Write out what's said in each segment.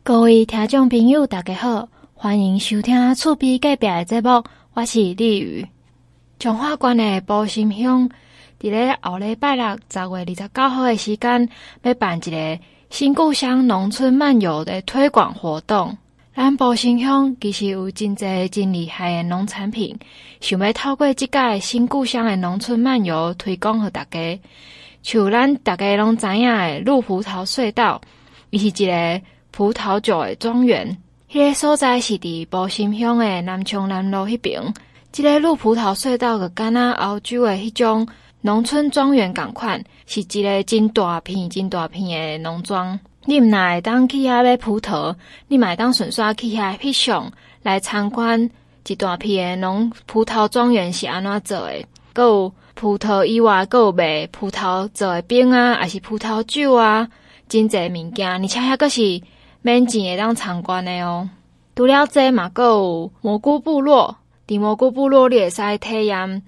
各位听众朋友大家好，欢迎收听厝边隔壁的节目，我是丽瑜。彰化县的埔心乡伫咧后礼拜六10月29号的时间，要办一个新故乡农村漫游的推广活动。咱埔心乡其实有真侪真厉害的农产品，想要透过即届新故乡的农村漫游推广给大家。像咱大家拢知影的鹿葡萄隧道，伊是一个葡萄酒的庄园，迄个所在是伫埔心乡的南昌南路迄边。即个鹿葡萄隧道就敢若欧洲的迄种农村庄园共款，是一个真大片的农庄。你毋若会当去遐买葡萄，你嘛会当顺续去遐翕相来参观一大片的葡萄庄园是安怎做的。还有葡萄以外，还有卖葡萄做的冰啊，还是葡萄酒啊，真侪物件，而且遐个是免钱会当参观的哦。除了这嘛，还有蘑菇部落，伫蘑菇部落你会使体验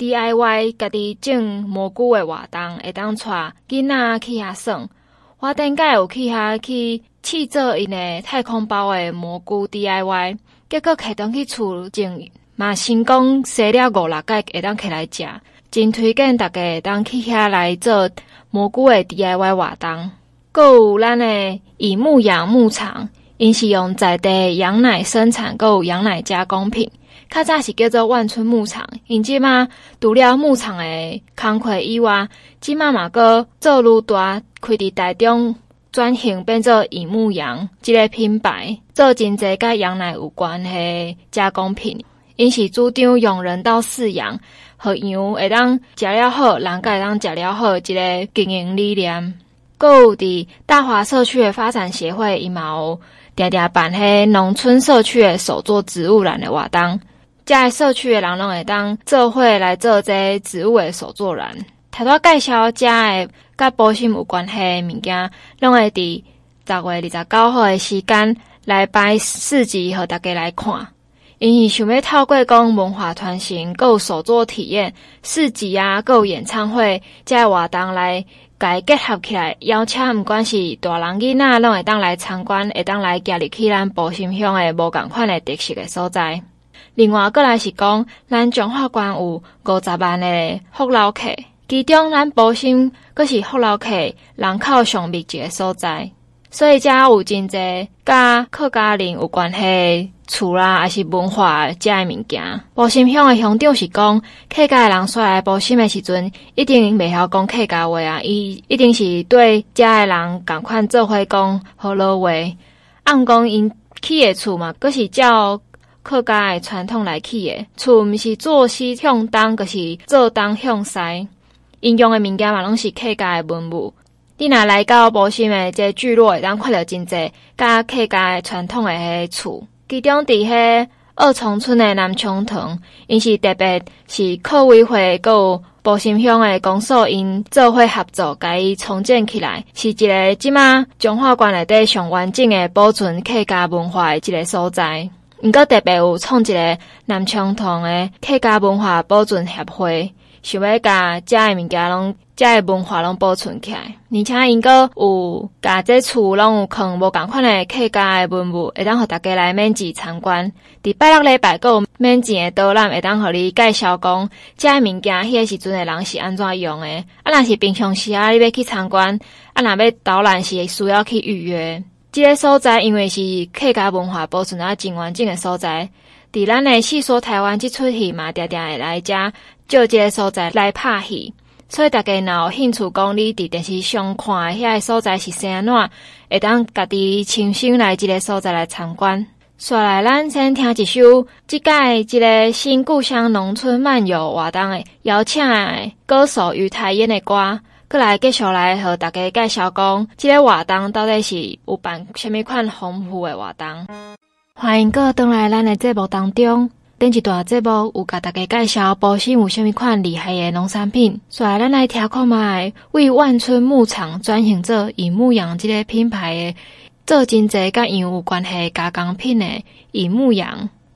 DIY 家己种蘑菇的活动，会当带囡仔去遐耍。我顶届有去遐去试做因的太空包的蘑菇 DIY， 结果摕回去厝种，嘛成功洗了5-6届，会当起来食。真推荐大家会当去遐来做蘑菇的 DIY 活动。还有咱的以牧羊牧场，因是用在地羊奶生产，还有羊奶加工品。较早是叫做万春牧场，因即马除了牧场的工课以外，即马嘛阁做愈大，开伫台中，转型变做以牧羊即个品牌，做真侪甲羊奶有关的加工品。因是主张用人道饲养，互羊会当食了好，人才会当食了好，一个经营理念。还有伫大华社区的发展协会，伊嘛有定定办迄农村社区的手作植物染的活动。遮个社区的人拢会当做伙来做这植物的手作染。头拄介绍遮个甲埔心有关系的物件，拢会伫10月29号的时间来摆市集，互大家来看。因是想要透过讲文化传承，还有手作体验、市集啊，还有演唱会，遮个活动来甲结合起来，邀请毋管是大人囡仔，拢会当来参观，会当来行入去咱埔心乡的无共款的特色的所在。另外，过来是讲，咱彰化县有50万的福老客，其中咱埔心阁是福老客人口上密集的所在，所以遮有真侪甲客家人有关系的厝啦，还是文化遮的物件。埔心乡的乡长是讲，客家的人煞来埔心的时阵，一定袂晓讲客家话啊，伊一定是对遮的人共款做伙讲好老话。按讲因起的厝嘛，阁是照客家的传统来起的，厝毋是坐西向东，就是坐东向西。因用的物件嘛，拢是客家的文物。你若来到埔心的这聚落，会当看到真侪甲客家的传统的迄厝。其中伫迄二重村的南昌堂，因是特别是客委会还有埔心乡的公所因做伙合作，甲伊重建起来，是一个即马彰化县内底上完整的保存客家文化的一个所在。毋过特别有创一个南昌堂的客家文化保存协会，想要甲遮的物件拢、遮的文化拢保存起来。而且因阁有甲这厝拢有放无共款的客家的文物，会当互大家来免钱参观。伫拜六礼拜阁有免钱的导览，会当互你介绍讲遮的物件迄个时阵的人是安怎用的。啊，若是平常时啊，你要去参观，啊，若要导览是需要去预约。这个所在因为是客家文化保存啊真完整的所在，伫咱的戏说台湾这出戏嘛，常常会来遮就这个所在来拍戏，所以大家若有兴趣讲你伫电视上看的遐个所在是啥安怎，会当家己亲身来这个所在来参观。续来咱先听一首这届这个新故乡农村漫游活动的邀请的歌手于台演的歌。过来继续来和大家介绍讲，这个活动到底是有办什么款丰富的活动。欢迎各位回来咱的节目当中，顶一段节目有甲大家介绍埔心有什么款厉害的农产品，所以咱来听看卖为万春牧场转型做以牧羊这个品牌的，做真侪甲羊有关系加工品的以牧羊。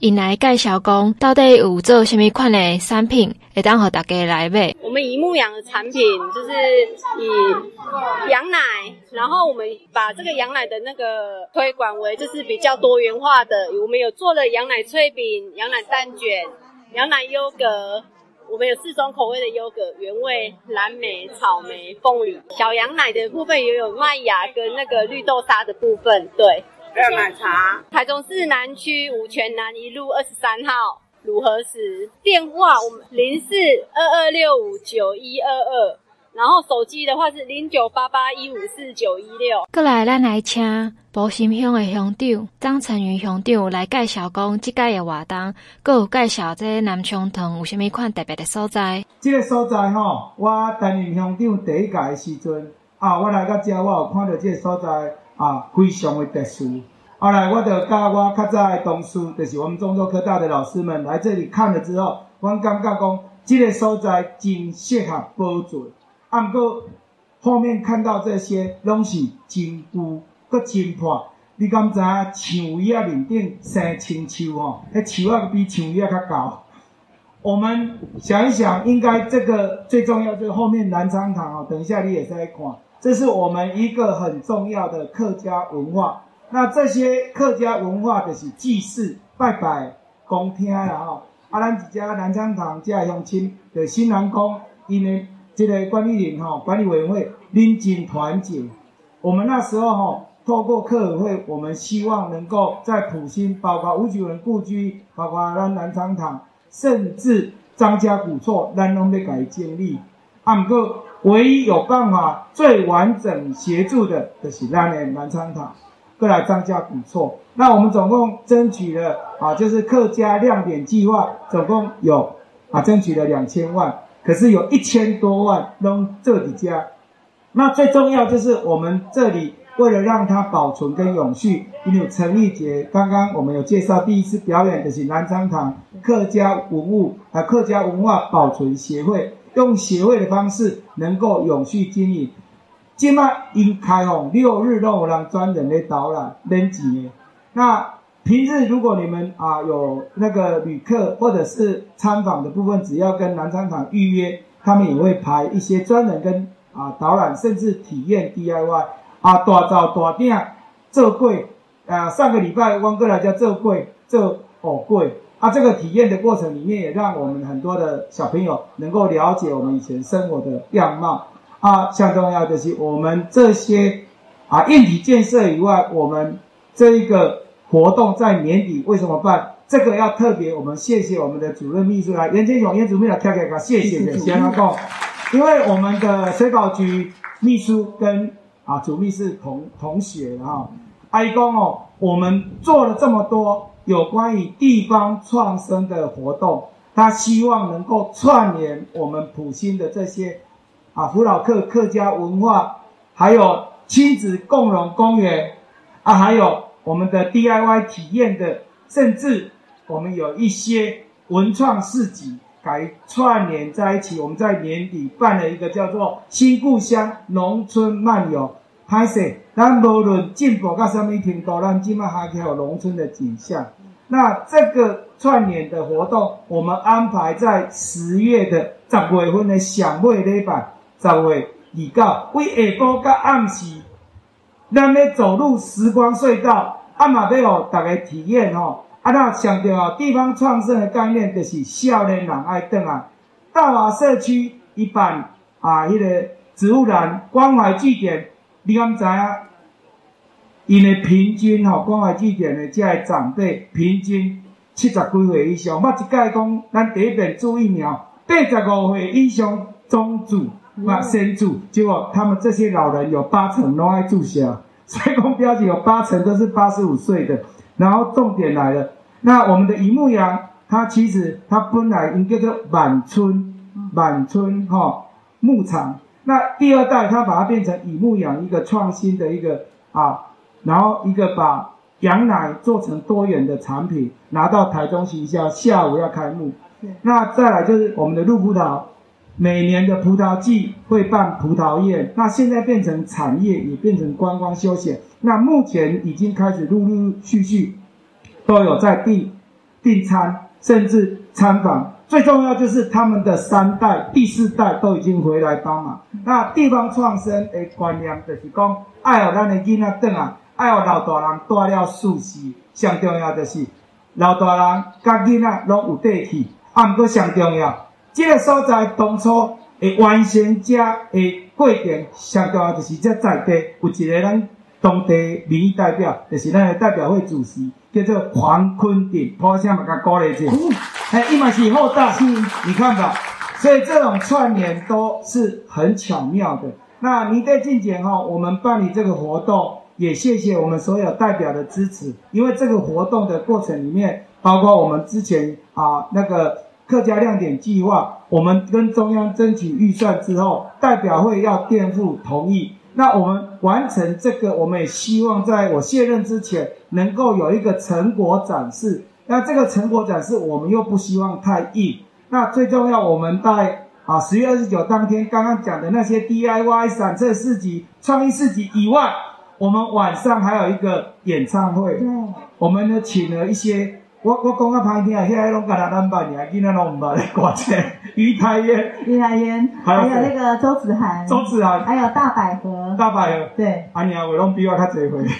因来介绍讲到底有做什么款的产品，会当互大家来买。 我们以牧羊的产品就是以羊奶，然后我们把这个羊奶的那个推广为就是比较多元化的，我们有做了羊奶脆饼、羊奶蛋卷、羊奶优格。我们有4种口味的优格，原味、蓝莓、草莓、凤梨。小羊奶的部分也有麦芽跟那个绿豆沙的部分，对。 还有奶茶。 台中市南区五权南1路23号鲁和石，电话我们0422659122，然后手机的话是0988154916。 过来，咱来请埔心乡的乡长张成瑜乡长来介绍讲即届的活动，佮有介绍这南昌堂有啥物款特别的所在。 这个所在吼，我担任乡长第一届的时阵，我来到这，我有看到这个所在非常的特殊。后来我就甲我较早的同事，就是我们中州科大的老师们来这里看了之后，我感觉讲这个所在真适合保存。不过后面看到这些拢是真旧，搁真破。你敢知影树叶面顶生青树吼？迄树叶比树叶较高。我们想一想，应该这个最重要就是后面南昌堂等一下你也在看，这是我们一个很重要的客家文化。那这些客家文化就是祭祀、拜拜、公听啦吼。咱一只南昌堂这乡亲的新南宫，因为这个管理人管理委员会恁真团结。我们那时候透过客委会，我们希望能够在埔心，包括吴九人故居，包括咱南昌堂，甚至张家古厝，咱拢要给它建立。不过唯一有办法最完整协助的，就是咱的南昌堂，过来张家古厝。那我们总共争取了就是客家亮点计划，总共有争取了2000万。可是有1000多万拢这里家，那最重要就是我们这里为了让它保存跟永续，因为陈立杰刚刚我们有介绍第一次表演的是南昌堂客家客家文化保存协会，用协会的方式能够永续经营。现在因开放6日都有人专人来导览免钱的。那平日如果你们有那个旅客或者是参访的部分，只要跟南昌堂预约，他们也会排一些专人跟导览，甚至体验 DIY 大灶大鼎做粿上个礼拜汪哥来家做粿做藕粿这个体验的过程里面，也让我们很多的小朋友能够了解我们以前生活的样貌相重要的是我们这些硬体建设以外，我们这一个活动在年底为什么办？这个要特别，我们谢谢我们的主任秘书来，严建雄严主秘来跳给他谢谢的，先来讲，因为我们的水保局秘书跟主秘是同学阿姨公我们做了这么多有关于地方创生的活动，他希望能够串联我们埔心的这些福老客家文化，还有亲子共融公园还有我们的 DIY 体验的，甚至我们有一些文创市集改串联在一起。我们在年底办了一个叫做新故乡农村漫游，拍摄咱无论进步到什么程度，咱今麦还可以有农村的景象。那这个串联的活动，我们安排在10月的10月份的上尾礼拜10月29，为下晡到暗时，咱要走入时光隧道，嘛要互大家体验那强调地方创生的概念，就是少年人爱回来。大华社区一办迄个植物园关怀据点，你敢知影？因的平均关怀据点的这些长辈平均70几岁以上，捌一届讲咱第一遍注疫苗，85岁以上中注先注，结果他们这些老人有80%都爱注射。所以讲标记有80%都是85岁的。然后重点来了，那我们的乙牧羊，它其实它本来应该叫满村牧场，那第2代它把它变成乙牧羊，一个创新的一个然后一个把羊奶做成多元的产品，拿到台中行销，下午要开幕。那再来就是我们的鹿葡萄，每年的葡萄季会办葡萄宴，那现在变成产业，也变成观光休闲。那目前已经开始陆陆续续都有在地订餐，甚至参访。最重要就是他们的3代、第4代都已经回来帮忙。那地方创生的观念就是讲，爱互咱的囡仔转来，爱互老大人带了舒适，上重要就是老大人甲囡仔拢有底气。不过上重要，这个所在当初会完成这的过程，上重要就是这在地有一个咱当地民意代表，就是咱的代表会主席，叫做黄坤鼎，抱歉嘛，甲鼓励一下。伊嘛是后代，你看吧，所以这种串联都是很巧妙的。那明代进前我们办理这个活动，也谢谢我们所有代表的支持，因为这个活动的过程里面，包括我们之前那个客家亮点计划，我们跟中央争取预算之后，代表会要垫付同意。那我们完成这个，我们也希望在我卸任之前能够有一个成果展示。那这个成果展示我们又不希望太硬。那最重要，我们在10月29当天刚刚讲的那些 DIY 散策市集、创意市集以外，我们晚上还有一个演唱会。我们呢请了一些我讲较歹听，遐拢干咱捌尔，囡仔拢唔捌咧歌者，于台烟， 还有那个周子涵，还有大百合，对， 你啊，我拢比我较侪回。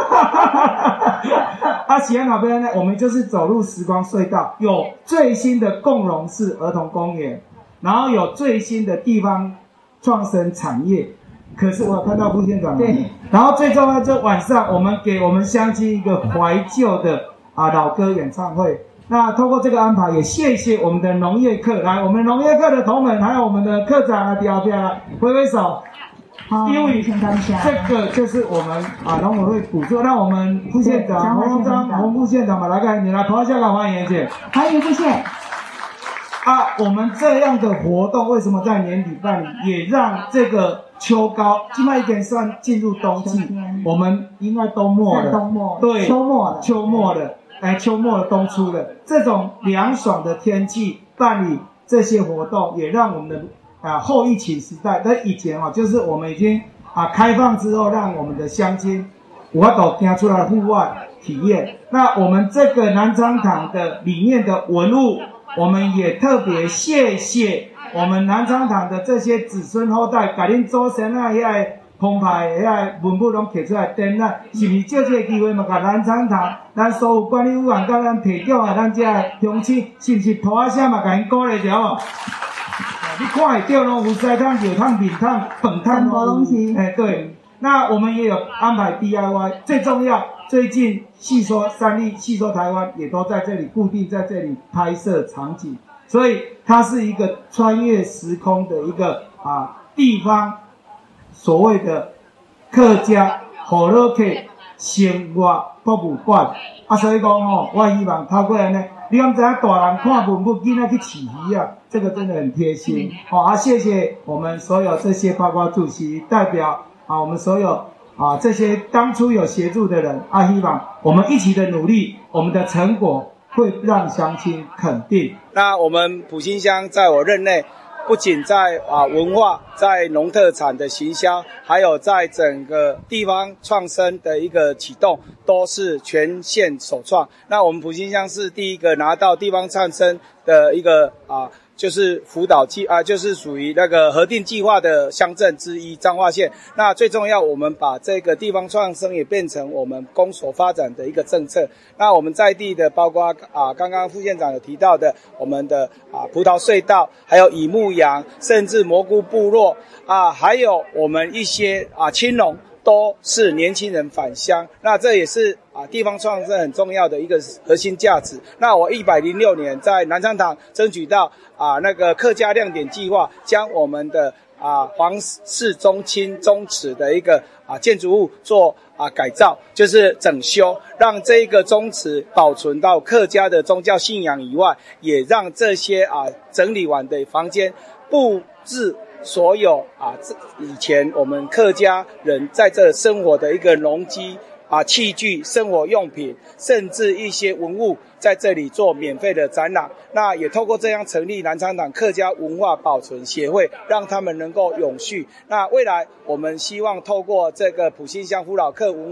喜安那边呢，我们就是走入时光隧道，有最新的共融式儿童公园，然后有最新的地方创生产业。可是我有看到副县长，对，然后最重要就晚上我们给我们乡亲一个怀旧的老歌演唱会。那透过这个安排，也谢谢我们的农业课，来，我们农业课的同仁，还有我们的课长第二边挥挥手。因为这个就是我们农委会补助，那我们副县长洪副县长你来跑一下，欢迎姐， 欢迎副县。 我们这样的活动为什么在年底办理？也让这个秋高，现在一点算进入冬季，我们应该冬末了，对，秋末了，秋末了，冬初了，这种凉爽的天气办理这些活动，也让我们的后疫情时代，在以前就是我们已经开放之后，让我们的乡亲有法度走出来户外体验。那我们这个南昌堂的里面的文物，我们也特别谢谢我们南昌堂的这些子孙后代，把恁祖先遐澎湃遐文物拢摕出来展览，是不是借这个机会嘛？把南昌堂咱所有管理委员甲咱提供咱这乡亲，是不是拖一声嘛？甲因鼓励一下哦。你看会到咯，有西汤、肉汤、面汤、粉汤东西。 对。那我们也有安排 DIY， 最重要，最近三立戏说台湾也都在这里固定在这里拍摄场景，所以它是一个穿越时空的一个地方所谓的客家和乐客生活博物馆。所以讲我希望透过安尼，你敢知影大人看文物，囡仔去饲鱼这个真的很贴心。谢谢我们所有这些包括主席代表我们所有这些当初有协助的人希望我们一起的努力，我们的成果会让乡亲肯定。 那我们埔心乡在我任内，不仅在文化、在农特产的行销，还有在整个地方创生的一个启动，都是全县首创。那我们埔心乡是第一个拿到地方创生的一个就是辅导就是属于那个核定计划的乡镇之一，彰化县。那最重要，我们把这个地方创生也变成我们公所发展的一个政策。那我们在地的，包括刚刚副县长有提到的，我们的葡萄隧道，还有乙牧羊，甚至蘑菇部落还有我们一些青农，都是年轻人返乡。那这也是地方创生很重要的一个核心价值。那我106年在南昌堂争取到那个客家亮点计划，将我们的皇室宗亲宗祠的一个建筑物做改造，就是整修，让这个宗祠保存到客家的宗教信仰以外，也让这些整理完的房间布置所有以前我们客家人在这生活的一个农机器具、生活用品，甚至一些文物，在这里做免费的展览。那也透过这样成立南昌堂客家文化保存协会，让他们能够永续。那未来我们希望透过这个埔心乡福老客文化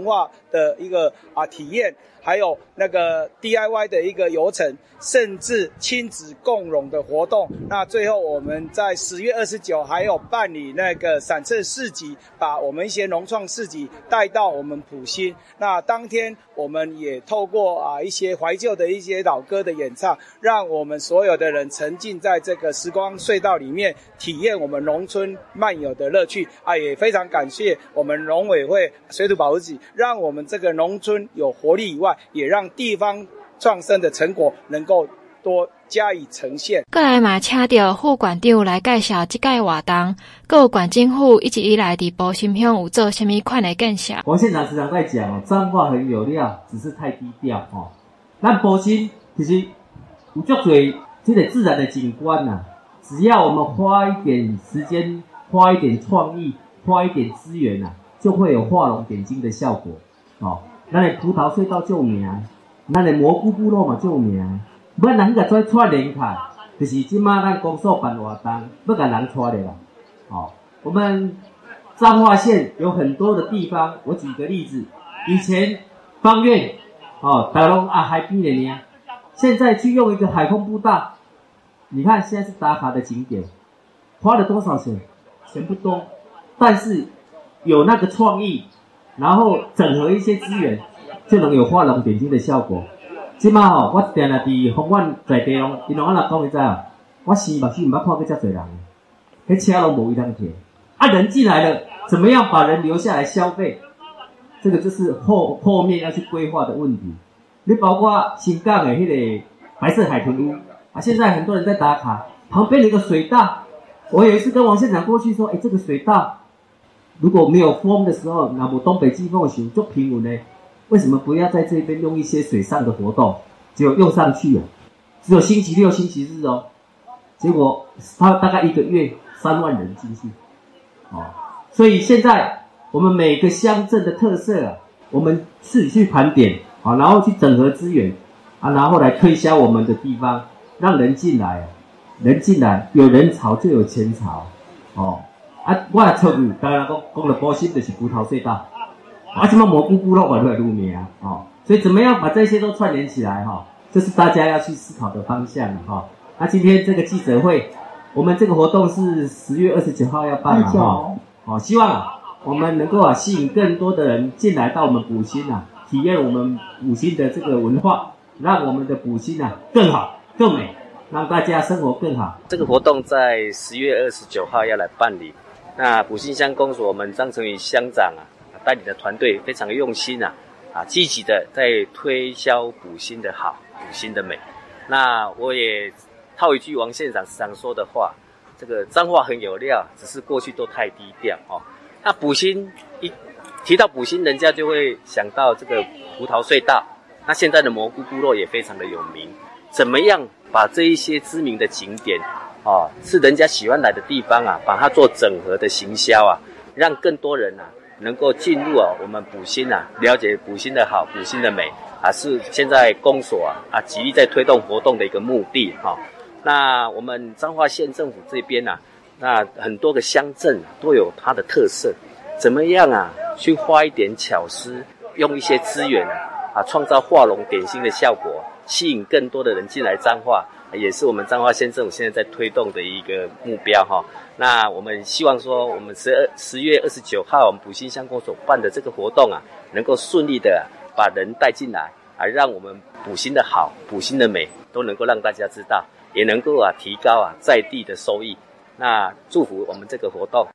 的一个体验，还有那个 DIY 的一个游程，甚至亲子共融的活动。那最后我们在10月29还有办理那个散策市集，把我们一些农创市集带到我们埔心。那当天我们也透过一些怀旧的一些老歌的演唱，让我们所有的人沉浸在这个时光隧道里面，体验我们农村漫游的乐趣也非常感谢我们农委会水土保持局，让我们这个农村有活力以外，也让地方创生的成果能够多加以呈现。 过来嘛，请到副馆长来介绍这届活动，还有县政府一直以来伫埔心乡有做什么款的建设。 王县长时常在讲彰化很有料，只是太低调咱埔心其实有足多这个自然的景观只要我们花一点时间，花一点创意，花一点资源就会有画龙点睛的效果咱的葡萄隧道就有名，咱的蘑菇部落嘛就有名。要人去甲串联起来，就是即马咱公所办活动，要甲人串联啦。我们彰化县有很多的地方，我举个例子，以前芳苑大家拢海边的呢，现在去用一个海空步道，你看现在是打卡的景点，花了多少钱？钱不多，但是有那个创意，然后整合一些资源，就能有画龙点睛的效果。即马我定定伫丰苑在地拢，因拢讲你知我生目睭毋捌看过遮侪人，迄车拢无位通停。人进来了，怎么样把人留下来消费？这个就是后面要去规划的问题。你包括新港的迄个白色海豚屋现在很多人在打卡，旁边有一个水道。我有一次跟王县长过去说，这个水道如果没有风的时候，那么东北季风的时候就平稳呢，为什么不要在这边用一些水上的活动？只有用上去只有星期六、星期日结果他大概1个月3万人进去所以现在我们每个乡镇的特色我们自己去盘点然后去整合资源然后来推销我们的地方，让人进来有人潮就有钱潮我的策略当然讲了埔心就是葡萄隧道现在蘑菇部落越来越有名所以怎么样把这些都串联起来这是大家要去思考的方向今天这个记者会，我们这个活动是10月29号要办希望我们能够吸引更多的人进来到我们埔心体验我们埔心的这个文化，让我们的埔心更好更美，让大家生活更好。 这个活动在10月29号要来办理。那埔心乡公所我们张成宇乡长带领的团队非常用心积极的在推销埔心的好，埔心的美。那我也套一句王县长时常说的话，这个彰化很有料，只是过去都太低调那埔心一提到埔心，人家就会想到这个葡萄隧道。那现在的蘑菇部落也非常的有名，怎么样把这一些知名的景点是人家喜欢来的地方把它做整合的行销让更多人能够进入我们埔心了解埔心的好，埔心的美是现在公所极力在推动活动的一个目的那我们彰化县政府这边那很多个乡镇都有它的特色，怎么样去花一点巧思，用一些资源创造画龙点睛的效果，吸引更多的人进来彰化，也是我们彰化县政府现在在推动的一个目标那我们希望说，我们10月29号我们埔心乡公所办的这个活动能够顺利的把人带进来让我们埔心的好，埔心的美都能够让大家知道，也能够提高在地的收益。那祝福我们这个活动。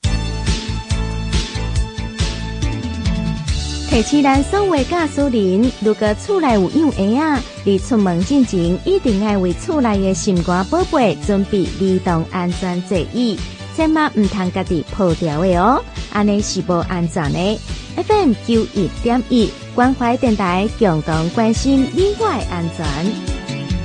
提醒咱所有驾驶人，如果厝内有养鸭你出门之前一定要为厝内的心肝宝贝准备儿童安全座椅，千万唔通家己破掉的安尼是无安全的。FM 91.1关怀电台共同关心你我的安全。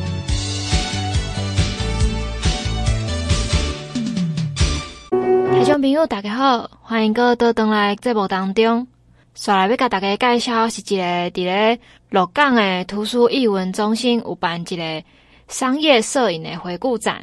听众朋友大家好，欢迎各位倒来节目当中。刷来要甲大家介绍是一个伫咧鹿港的图书艺文中心有办一个商业摄影的回顾展。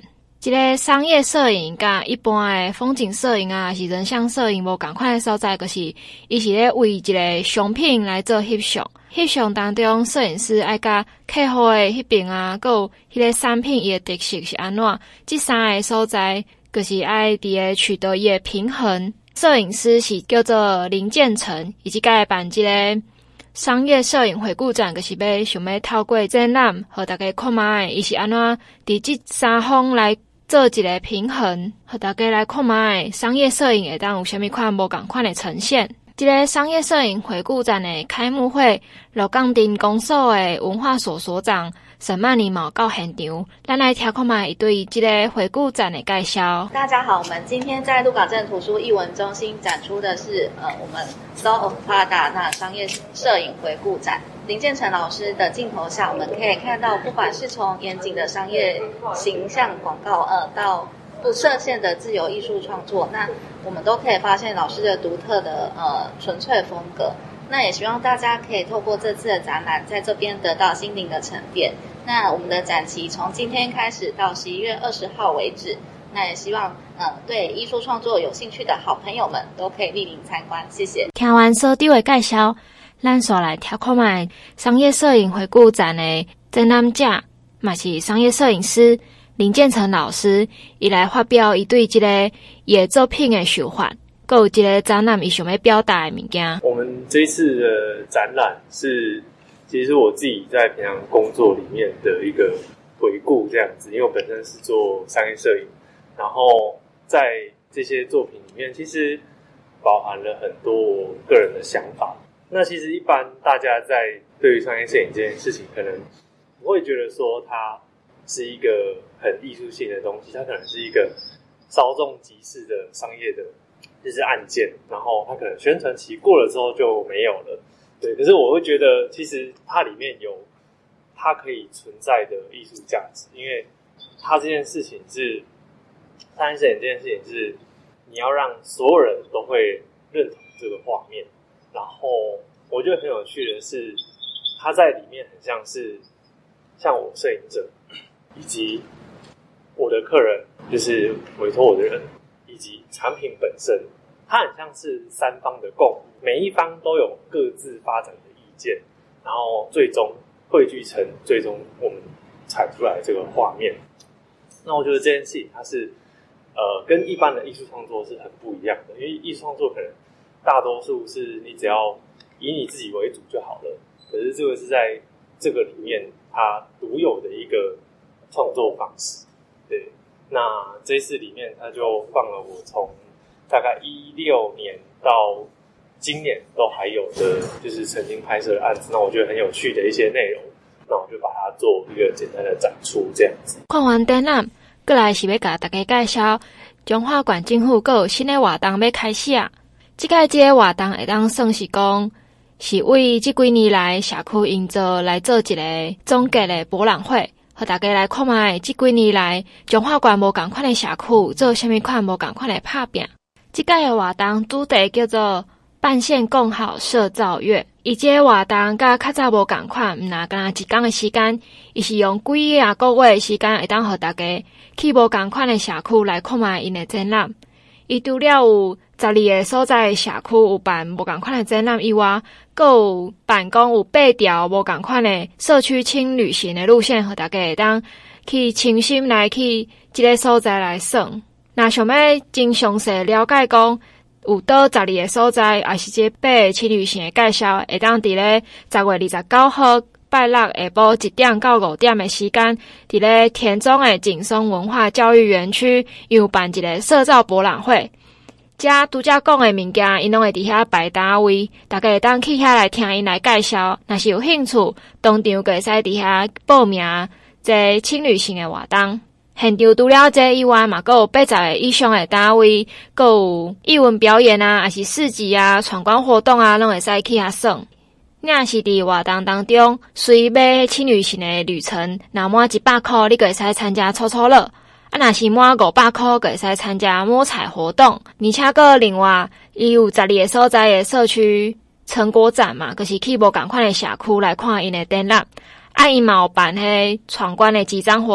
这个商业摄影甲一般的风景摄影啊，还是人像摄影无同款的所在，就是伊是咧为一个商品来做翕相。翕相当中，摄影师爱甲客户的迄边啊，还有迄个产品伊的特色是安怎？这三个所在，就是爱伫个取得伊的平衡。摄影师是叫做林建成，以及甲办这个商业摄影回顾展，就是想要透过展览，和大家看卖，伊是安怎伫这三方来做一个平衡，和大家来看卖商业摄影会当有啥物款无同款的呈现。这个商业摄影回顾展的开幕会，鹿港镇公所的文化所所长沈曼妮有到现场，咱来听看卖伊对这个回顾展的介绍。 大家好，我们今天在鹿港镇图书艺文中心展出的是我们 Soul of Prada 那商业摄影回顾展。林建成老师的镜头下，我们可以看到，不管是从严谨的商业形象广告，到不设限的自由艺术创作，那我们都可以发现老师的独特的纯粹风格。那也希望大家可以透过这次的展览，在这边得到心灵的沉淀。那我们的展期从今天开始到11月20号为止。那也希望对艺术创作有兴趣的好朋友们都可以莅临参观，谢谢。 听完所长的介绍，咱煞来听看卖商业摄影回顾展的展览者，嘛是商业摄影师林建成老师，伊来发表伊对这个伊的作品的想法，还有这个展览伊想要表达的物件。 我们这一次的展览是，其实我自己在平常工作里面的一个回顾这样子，因为我本身是做商业摄影，然后在这些作品里面，其实包含了很多我个人的想法。那其实一般大家在对于商业摄影这件事情，可能不会觉得说它是一个很艺术性的东西，它可能是一个稍纵即逝的商业的就是案件，然后它可能宣传期过了之后就没有了。对，可是我会觉得其实它里面有它可以存在的艺术价值，因为它这件事情是商业摄影这件事情是你要让所有人都会认同这个画面，然后我觉得很有趣的是它在里面很像是像我摄影者以及我的客人，就是委托我的人以及产品本身，它很像是三方的共赢，每一方都有各自发展的意见，然后最终汇聚成最终我们产出来这个画面。那我觉得这件事情它是跟一般的艺术创作是很不一样的，因为艺术创作可能大多数是你只要以你自己为主就好了，可是这个是在这个里面它独有的一个创作方式。对，那这次里面它就放了我从大概16年到今年都还有的就是曾经拍摄的案子，那我觉得很有趣的一些内容，那我就把它做一个简单的展出这样子。 看完展览，过来是要甲大家介绍中华县政府还有新的活动要开始啊。这个活动会当算是讲是为这几年来社区营造来做一个总结的博览会，和大家来看卖这几年来中华县无同款的社区做啥物款无同款的拍拼。这个活动主题叫做半线共好社造月，伊这个活动甲较早无同款，毋若干一天的时间，伊是用几个月的时间会当和大家去无同款的社区来看卖因的展览。伊除了有12个所在的社区有办无同款的展览以外，还有办讲有8条无同款的社区轻旅行的路线，和大家会当去亲身来去这个所在来耍。那想要真详细了解讲有倒12个所在，还是这8个轻旅行的介绍，会当伫咧10月29号拜六下晡1点到5点的时间，伫咧田中的景松文化教育园区有办一个社造博览会。遮拄则讲的物件，因拢会伫遐摆摊位，大家会当去遐来听因来介绍。若是有兴趣，当场就会使伫遐报名这轻旅行的活动。现场除了这以外嘛，还有80个以上的单位，还有艺文表演啊，还是市集啊、闯关活动啊，拢会使去遐耍。你若是伫活动当中随买轻旅行的旅程，若满100块，你就会使参加抽抽乐。若是满500块，就会使参加摸彩活动。而且个另外，伊有12个所在的社区成果展嘛，就是去无同款的社区来看因的展览。因嘛有办迄闯关的集章活动，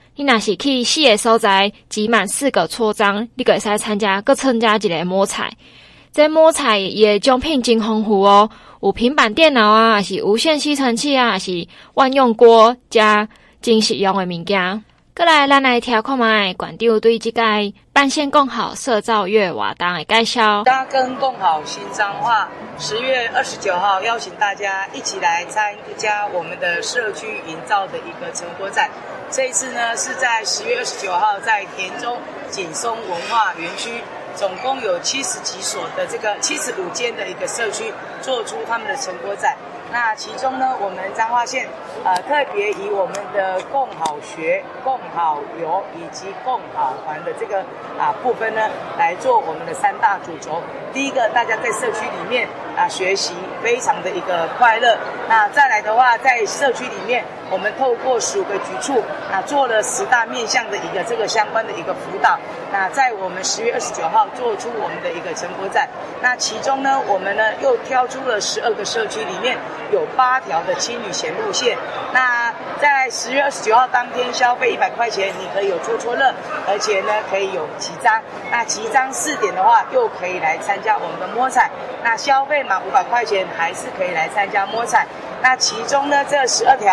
你若是去4个所在集满4个戳章，你就会使参加一个摸彩。这摸彩伊的奖品真丰富哦，有平板电脑啊，还是无线吸尘器啊，还是万用锅加真实用的物件。过来，咱来听看卖馆长对这个半线共好社造月活动的介绍。 扎根共好新彰化，10月29号邀请大家一起来参加我们的社区营造的一个成果展。这一次呢是在10月29号在田中景松文化园区，总共有70几所的这个75间的一个社区做出他们的成果展。那其中呢，我们彰化县特别以我们的共好学、共好游以及共好环的这个部分呢，来做我们的3大主轴。第一个，大家在社区里面学习非常的一个快乐。那再来的话，在社区里面，我们透过15个局处做了10大面向的一个这个相关的一个辅导。那在我们10月29号做出我们的一个成果展。那其中呢，我们呢又挑出了12个社区里面有8条的轻旅行路线。那在10月29号当天消费100块钱，你可以有戳戳乐，而且呢可以有集章。那集章4点的话，又可以来参加我们的摸彩。那消费满500块钱，还是可以来参加摸彩。那其中呢，这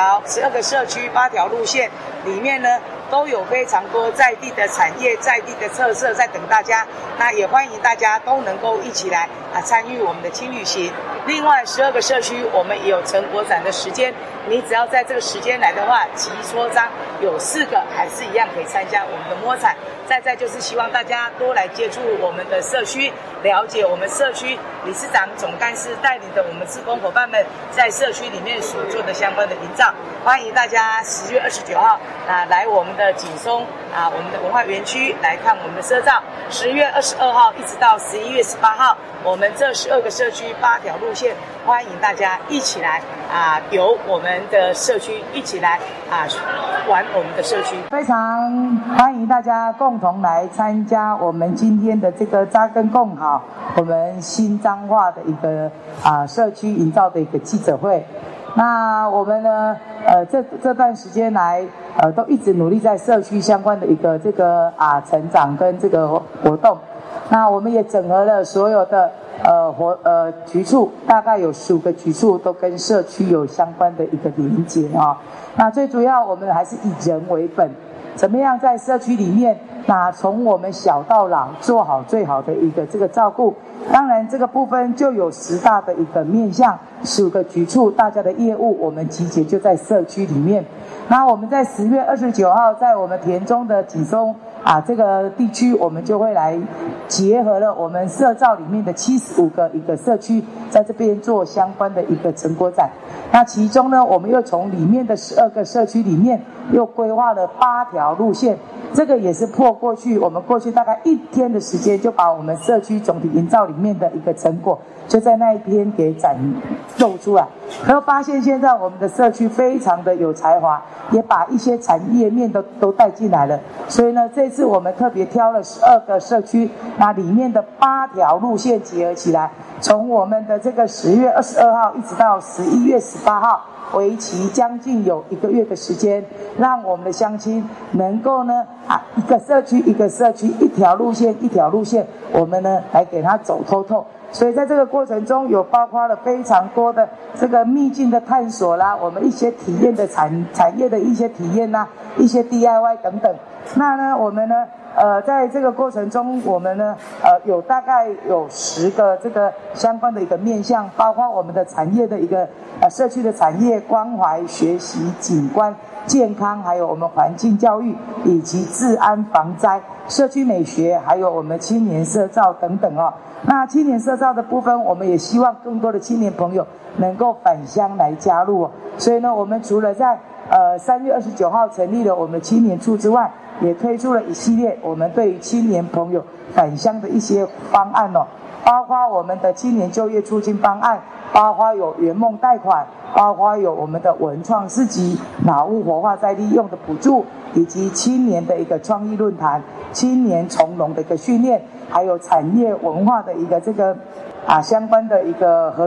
12个社区8条路线里面呢，都有非常多在地的产业、在地的特色在等大家。那也欢迎大家都能够一起来参与我们的轻旅行。另外12个社区我们也有成果展的时间，你只要在这个时间来的话，集戳章有4个，还是一样可以参加我们的摸彩。再就是希望大家多来接触我们的社区，了解我们社区理事长、总干事带领的我们志工伙伴们在社区里面所做的相关的营造。欢迎大家10月29号来我们的景松我们的文化园区来看我们的社造。10月22号一直到11月18号，我们这12个社区8条路线，欢迎大家一起来由我们的社区一起来玩我们的社区。非常欢迎大家共同来参加我们今天的这个扎根共好我们新彰化的一个社区营造的一个记者会。那我们呢这段时间来都一直努力在社区相关的一个这个成长跟这个活动。那我们也整合了所有的局处，大概有15个局处都跟社区有相关的一个连结那最主要我们还是以人为本，怎么样在社区里面从我们小到老做好最好的一个这个照顾。当然这个部分就有10大的一个面向，15个局处大家的业务我们集结就在社区里面。那我们在10月29号在我们田中的景松这个地区，我们就会来结合了我们社造里面的75个一个社区，在这边做相关的一个成果展。那其中呢，我们又从里面的12个社区里面又规划了8条路线，这个也是我们过去大概1天的时间，就把我们社区总体营造里面的一个成果，就在那一天给展露出来。然后发现现在我们的社区非常的有才华，也把一些产业面都带进来了。所以呢，这次我们特别挑了12个社区，那里面的8条路线结合起来，从我们的这个10月22号一直到11月18号，为期将近有1个月的时间，让我们的乡亲能够呢一个社区一个社区，一条路线一条路线，我们呢来给它走透透。所以在这个过程中，有包括了非常多的这个秘境的探索啦，我们一些体验的产业的一些体验啦，一些 DIY 等等。那呢，我们呢在这个过程中，我们呢大概有10个这个相关的一个面向，包括我们的产业的一个社区的产业关怀、学习、景观、健康，还有我们环境教育以及治安防灾、社区美学，还有我们青年社造等等那青年社造的部分，我们也希望更多的青年朋友能够返乡来加入所以呢，我们除了在3月29号成立了我们青年处之外，也推出了一系列我们对于青年朋友返乡的一些方案包括我们的青年就业促进方案，包括有圆梦贷款，包括有我们的文创市集、脑物活化再利用的补助，以及青年的一个创意论坛、青年从农的一个训练，还有产业文化的一个这个相关的一个合作。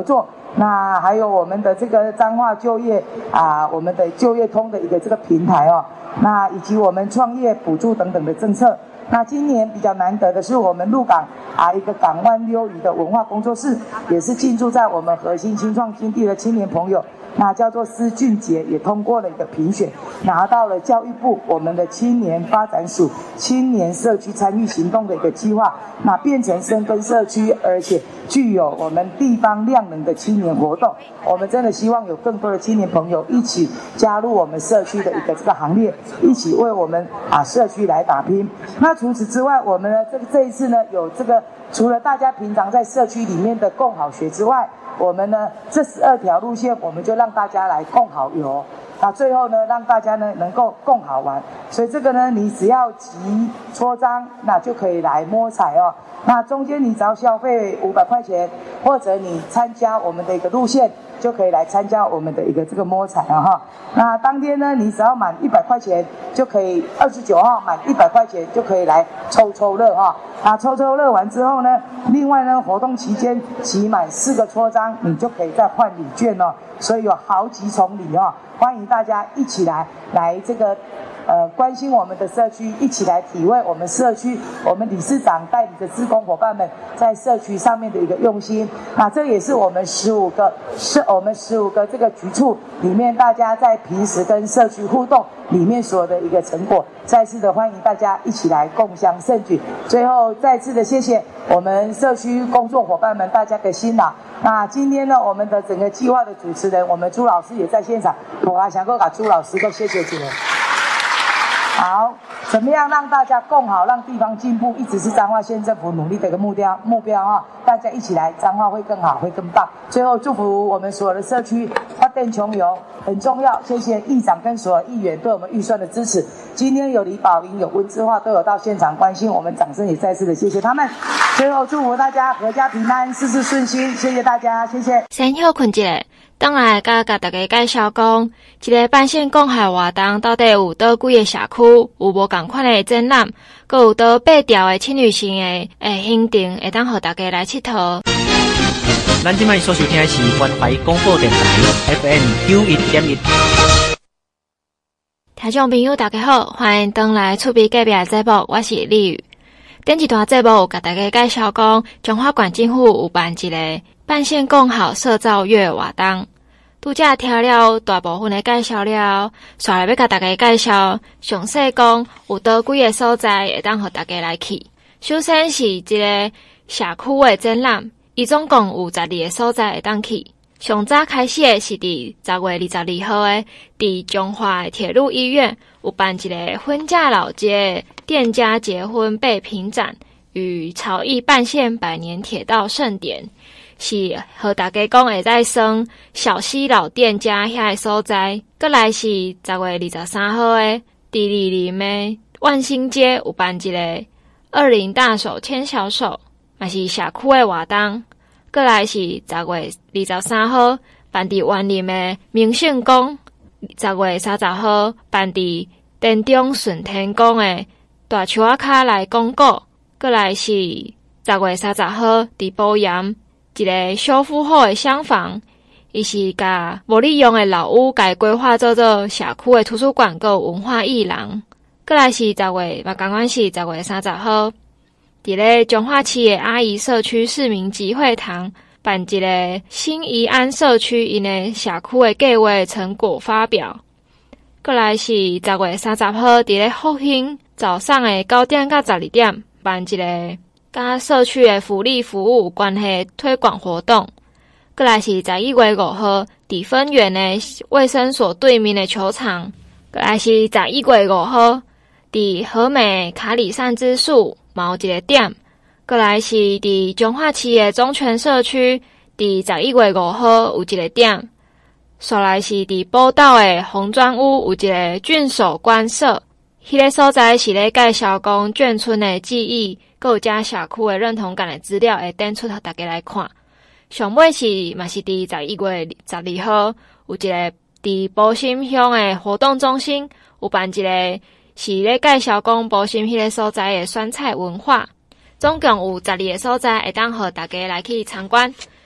那还有我们的这个彰化就业我们的就业通的一个这个平台哦，那以及我们创业补助等等的政策。那今年比较难得的是，我们鹿港一个港湾溜鱼的文化工作室，也是进驻在我们核心青创基地的青年朋友，那叫做施俊杰，也通过了一个评选，拿到了教育部我们的青年发展署青年社区参与行动的一个计划，那变成深耕社区，而且具有我们地方量能的青年活动。我们真的希望有更多的青年朋友一起加入我们社区的一个这个行列，一起为我们社区来打拼。那除此之外，我们呢这一次呢有这个除了大家平常在社区里面的共好学之外，我们呢这12条路线我们就让大家来共好游，那最后呢让大家呢能够共好玩。所以这个呢你只要集戳章，那就可以来摸彩哦。那中间你只要消费500块钱，或者你参加我们的一个路线，就可以来参加我们的一个这个摸彩哈。那当天呢你只要满100块钱就可以，29号满100块钱就可以来抽乐哈。抽乐完之后呢，另外呢活动期间集满4个戳章，你就可以再换礼券哦。所以有好几重礼哦，欢迎大家一起来这个关心我们的社区，一起来体会我们社区我们理事长带领的志工伙伴们在社区上面的一个用心。那这也是我们15个这个局处里面大家在平时跟社区互动里面所的一个成果。再次的欢迎大家一起来共襄盛举。最后再次的谢谢我们社区工作伙伴们大家的辛劳。那今天呢我们的整个计划的主持人我们朱老师也在现场，我还想够把朱老师够谢谢起来。好，怎么样让大家共好，让地方进步，一直是彰化县政府努力的一个目标哈。大家一起来，彰化会更好，会更棒。最后祝福我们所有的社区发电穷游很重要，谢谢议长跟所有议员对我们预算的支持。今天有李宝英有温之化都有到现场关心我们，掌声也再次的谢谢他们。最后祝福大家阖家平安，事事顺心，谢谢大家，谢谢。 先休困一下，等来甲大家介绍讲，一个办线公海活动到底有倒几个社区，有无同款的展览，佮有倒8条的轻旅行的行程，会当互大家来佚佗。 咱即摆所收听的是关怀广播电台 FM 91.1。 听众朋友大家好，欢迎登来厝边隔壁的节目，我是丽宇。顶一段节目有甲大家介绍讲，彰化县政府有办一个办线共好社造月活动。拄则听了大部分的介绍了，煞来要甲大家介绍详细讲有倒几个所在会当互大家来去。首先是一个社区的展览，伊总共有12个所在会当去。上早开始的是伫10月22号的，伫彰化的铁路医院有办一个婚嫁老街店家结婚备品展与草艺办线100年铁道盛典，是和大家讲会在算小溪老店家遐个所在。再来是10月23号的，伫二林的万兴街有办一个20大手牵小手，嘛是社区的活动。再来是10月23号办伫湾林的明信宫，10月30号办伫田中顺天宫的大树仔脚来广告。再来是10月30号伫埔盐一个修复后的厢房，伊是甲无利用的老屋改规划做社区的图书馆，佮文化艺廊。再来是10月嘛，同款是10月30号。伫咧彰化市的阿姨社区市民集会堂办一个新宜安社区因的社区的计划成果发表。再来是10月30号伫咧福兴早上的9点到12点办一个甲社区的福利服务有关系推广活动。再来是11月5号伫分园的卫生所对面的球场。再来是11月5号伫和美卡里善之树有一个点。再来是伫彰化市的中泉社区，伫11月5号有一个点。再来是伫宝岛的红砖屋有一个郡守官舍，迄个所在是咧介绍讲眷村的记忆，佮有加社区的认同感的资料，会展出互大家来看。上尾是嘛是伫11月12号有一个伫埔心乡的活动中心有办一个。是咧介绍讲埔心迄个所在的酸菜文化，总共有12个所在会当互大家来去参观。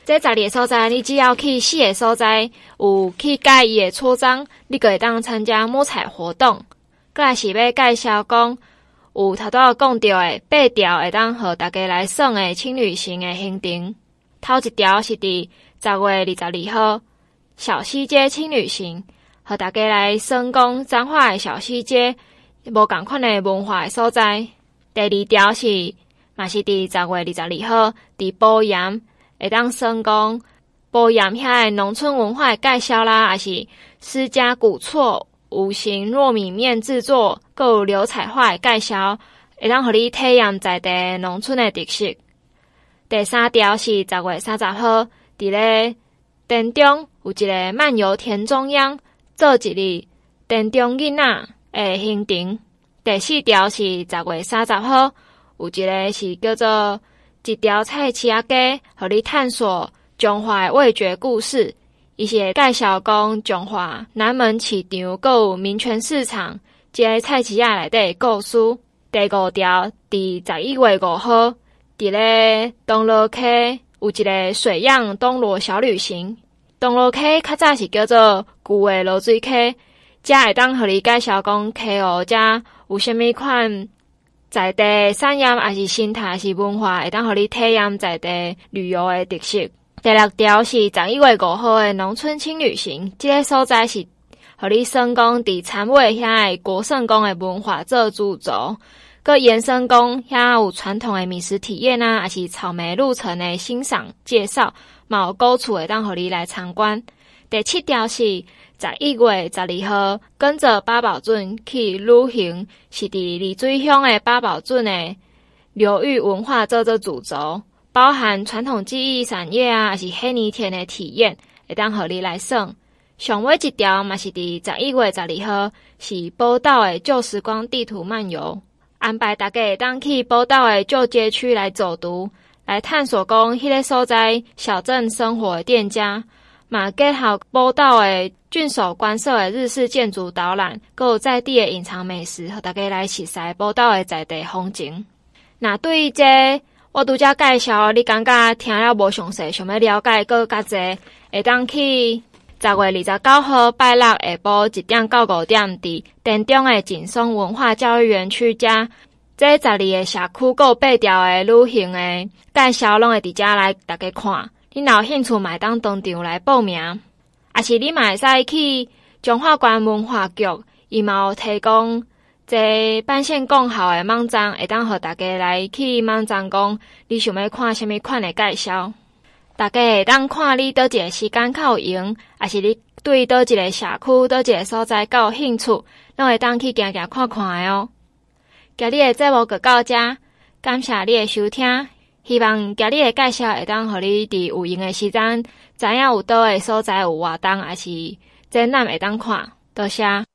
这12个所在，你只要去4个所在有去改伊的戳章，你就会当参加摸彩活动。再来是要介绍讲，有头拄仔讲到的8条会当互大家来耍的轻旅行的行程。头一条是伫10月22号小西街轻旅行，互大家来耍讲彰化的小西街无共款的文化的所在。第2条嘛是伫10月22号伫埔盐会当耍讲埔盐遐的农村文化的介绍啦，还是施家古厝五行糯米面制作，还有流彩画的介绍，会当互你体验在地农村的特色。第3条是10月30号伫咧田中有一个漫游田中央，做一日田中囡仔的行程。第4条是10月30号有一个是叫做一条菜市街，互你探索中华的味觉故事。伊是会介绍讲中华南门市场，还有民权市场这个菜市仔内底的故事。第5条伫11月5号伫咧东螺溪有一个水漾东螺小旅行。东螺溪较早是叫做旧的螺水溪，遮会当互你介绍讲溪湖遮有啥物款在地产业，还是生态，还是文化，会当互你体验在地旅游的特色。第6条是11月5号的农村轻旅行，这个所在是互你耍讲伫田尾遐的国圣宫的文化做主轴，佮延伸讲遐有传统的美食体验啊，还是草莓路程的欣赏介绍，嘛有古厝会当互你来参观。第7条是11月12号跟着八宝圳去旅行，是伫丽水乡的八宝圳的流域文化做主轴，包含传统技艺产业啊，还是黑泥田的体验，会当互你来耍。上尾一条嘛是伫11月12号是宝岛的旧时光地图漫游，安排大家会当去宝岛的旧街区来走读，来探索讲迄个所在小镇生活的店家，嘛结合宝岛的郡守官舍的日式建筑导览，还有在地的隐藏美食，和大家来熟悉宝岛的在地风景。那对于这我拄则介绍，你感觉听了无详细，想要了解更较侪，会当去10月29号拜六下晡1点到5点，伫田中的景松文化教育园区遮，这12个社区还有8条的旅行的介绍，拢会伫遮来大家看。你若有兴趣，嘛当当场来报名，也是你嘛会使去中华关文化局，伊嘛有提供这办线共好的网站，会当互大家来去网站讲你想要看什么款的介绍。大家会当看你倒一个时间较有闲，还是你对倒一个社区、倒一个所在较有兴趣，拢会当去行行看看的哦。今日的节目就到这，感谢你的收听。希望今日的介绍会当互你伫有闲的时阵，知影有倒个所在有活动，还是展览会当看。多谢。